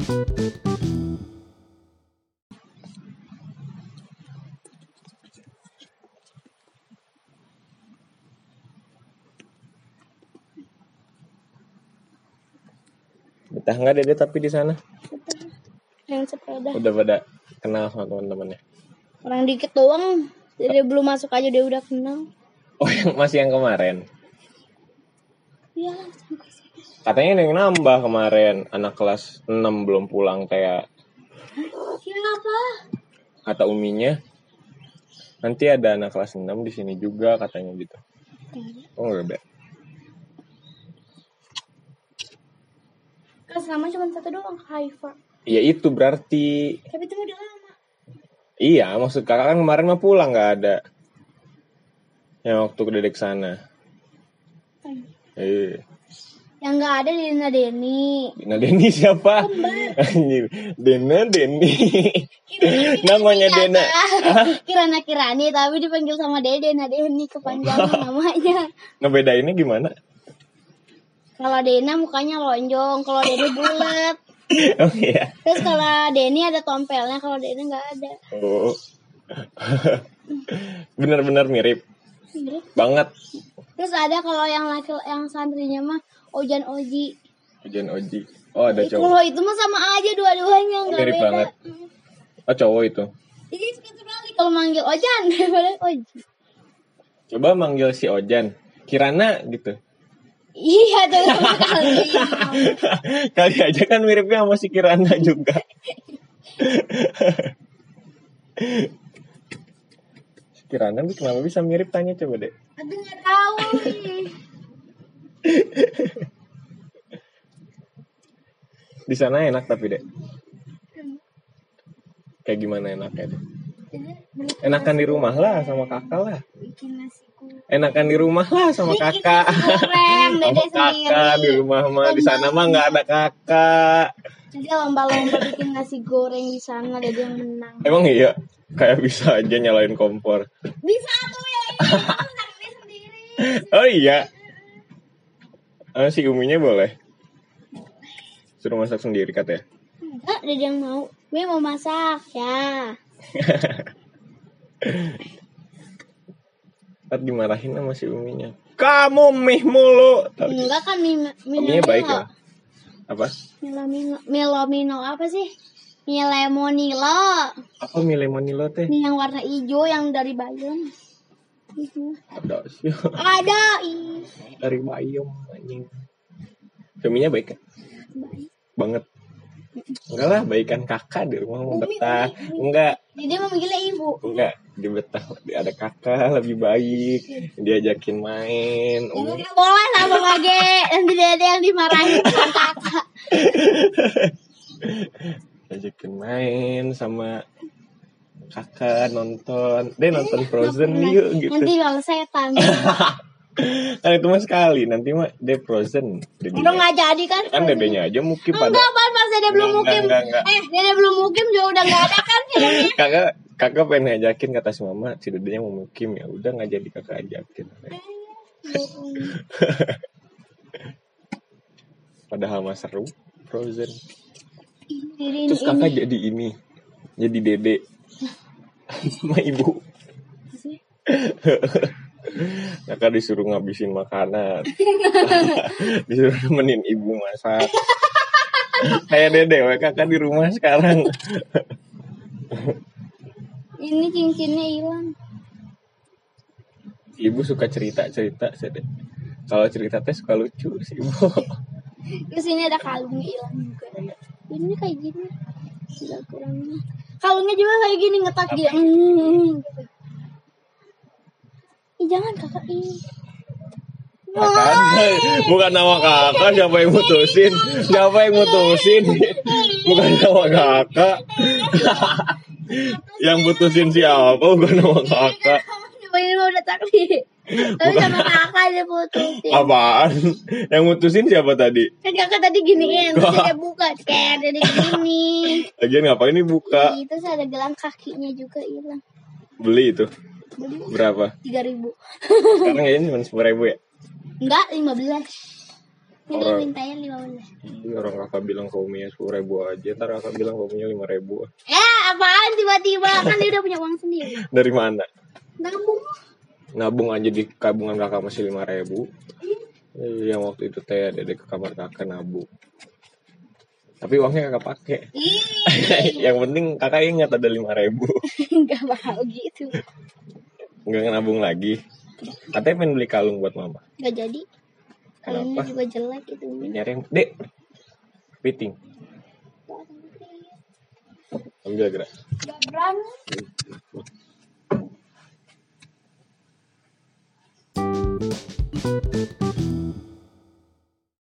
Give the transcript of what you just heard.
Betah nggak Dede tapi di sana? Yang sepeda. Udah pada kenal sama teman-temannya? Orang dikit doang. Jadi belum masuk aja dia udah kenal. Oh, masih yang kemarin? Iya. Katanya ada yang nambah kemarin. Anak kelas 6 belum pulang kayak. Siapa? Kata uminya. Nanti ada anak kelas 6 di sini juga katanya gitu. Oh enggak ada. Kelas lama cuma satu doang, Haifa. Iya itu berarti. Tapi itu udah lama. Iya, maksud kakak kan kemarin mah pulang nggak ada. Yang waktu ke Dedek sana. Yang nggak ada Dina Deni. Dina Deni siapa? Anjir, Dena Deni. Namanya Dena. Kirana Kirani tapi dipanggil sama Dede Dena Deni kepanjangan namanya. Ngebedainnya gimana? Kalau Dena mukanya lonjong, kalau Deni bulat. Oh iya. Terus kalau Deni ada tompelnya, kalau Deni nggak ada. Oh. Benar-benar mirip. Mirip. Banget. Terus ada kalau yang santrinya mah Ojan Oji. Ojan Oji. Oh ada cowok. Kalau itu mah sama aja dua-duanya nggak Mirip beda. banget. Oh cowok itu. Jadi sekali kalau manggil Ojan daripada Oji. Coba manggil si Ojan. Kirana gitu. Iya tuh kali. Kali aja kan miripnya sama si Kirana juga. Kirana kenapa bisa mirip, tanya coba deh. Aduh nggak tahu. Di sana enak tapi deh. Kayak gimana enaknya deh? Enakan di rumah lah sama kakak lah. Bikin nasi goreng. Enakan di rumah lah sama kakak. Goreng, Dede Sama kakak di rumah mah, di sana mah nggak ada kakak. Jadi lomba-lomba bikin nasi goreng di sana Dede yang menang. Emang iya? Kayak bisa aja nyalain kompor. Bisa tuh ya ini sendiri. Oh iya. Si Uminya boleh suruh masak sendiri katanya. Enggak, Dede yang mau. Gue mau masak ya. Ntar dimarahin sama si Uminya. Kamu mih mulu. Enggak kan Uminya baik ya. Apa? Milo apa sih? Milemonilo. Apa milemonilo teh? Ini yang warna hijau yang dari Bayern. Itu. Ada sih. Ada. Dari Bayern anjing. Suaminya baik kan? Baik. Banget. Enggak lah, baikan kakak di rumah mau betah. Enggak. Jadi mau manggilnya ibu. Enggak, di betah. Ada kakak lebih baik. Diajakin main. Enggak boleh sama Mage. Nanti Dede yang dimarahin sama kakak. Diajakin main sama kakak, nonton. Nonton Frozen yuk gitu. Nanti kalau setan. Kan itu mah sekali, nanti mah dia Frozen. Udah nggak jadi kan? Kan Dedenya aja mukim pada. Enggak, pas Dede belum mukim. Enggak. Dede belum mukim juga udah nggak ada kan filmnya. Kakak pengen ngajakin, kata si mama, si Dedenya mau mukim, ya udah nggak jadi kakak ajakin. Padahal mah seru Frozen. Terus kakak jadi ini, jadi Dede sama ibu. Kakak disuruh ngabisin makanan, disuruh nemenin ibu masak. Kayak Dede, kakak di rumah sekarang. Ini cincinnya hilang. Ibu suka cerita, kalau cerita teh suka lucu sih ibu. Terus ini ada kalungnya hilang juga. Ini kayak gini. Tidak kurangnya. Kalungnya juga kayak gini ngetak dia. Gitu. Jangan kakak ini. Bukan nama kakak, siapa yang mutusin? Bukan nama kakak. Yang putusin siapa? Bukan nama kakak. Ini mau udah takdir. Tapi sama kakak dia putusin. Apaan? Yang mutusin siapa tadi? Kan kakak tadi giniin, terus dia buka kayak dari gini. Lagian ngapain nih buka? Terus ada gelang kakinya juga hilang. Beli itu? Berapa? 3.000. Sekarang kayaknya cuma 10.000 ya? Enggak, 15. Ini mintanya 15. Iya, orang kakak bilang ke Uminya 10.000 aja, ntar kakak bilang ke Uminya 5.000. Apaan tiba-tiba kan dia udah punya uang sendiri. Dari mana? Nabung. Nabung aja di tabungan kakak masih 5.000. Yang waktu itu teh dede ke kamar kakak nabung. Tapi uangnya kakak pakai. Yang penting kakak ingat ada 5.000. Enggak mau gitu. Enggak nabung lagi. Katanya pengen beli kalung buat mama. Enggak jadi. Kalungnya Kenapa? juga jelek itu. Nyari yang dek. Kepiting. Ambil gerak. Enggak berani.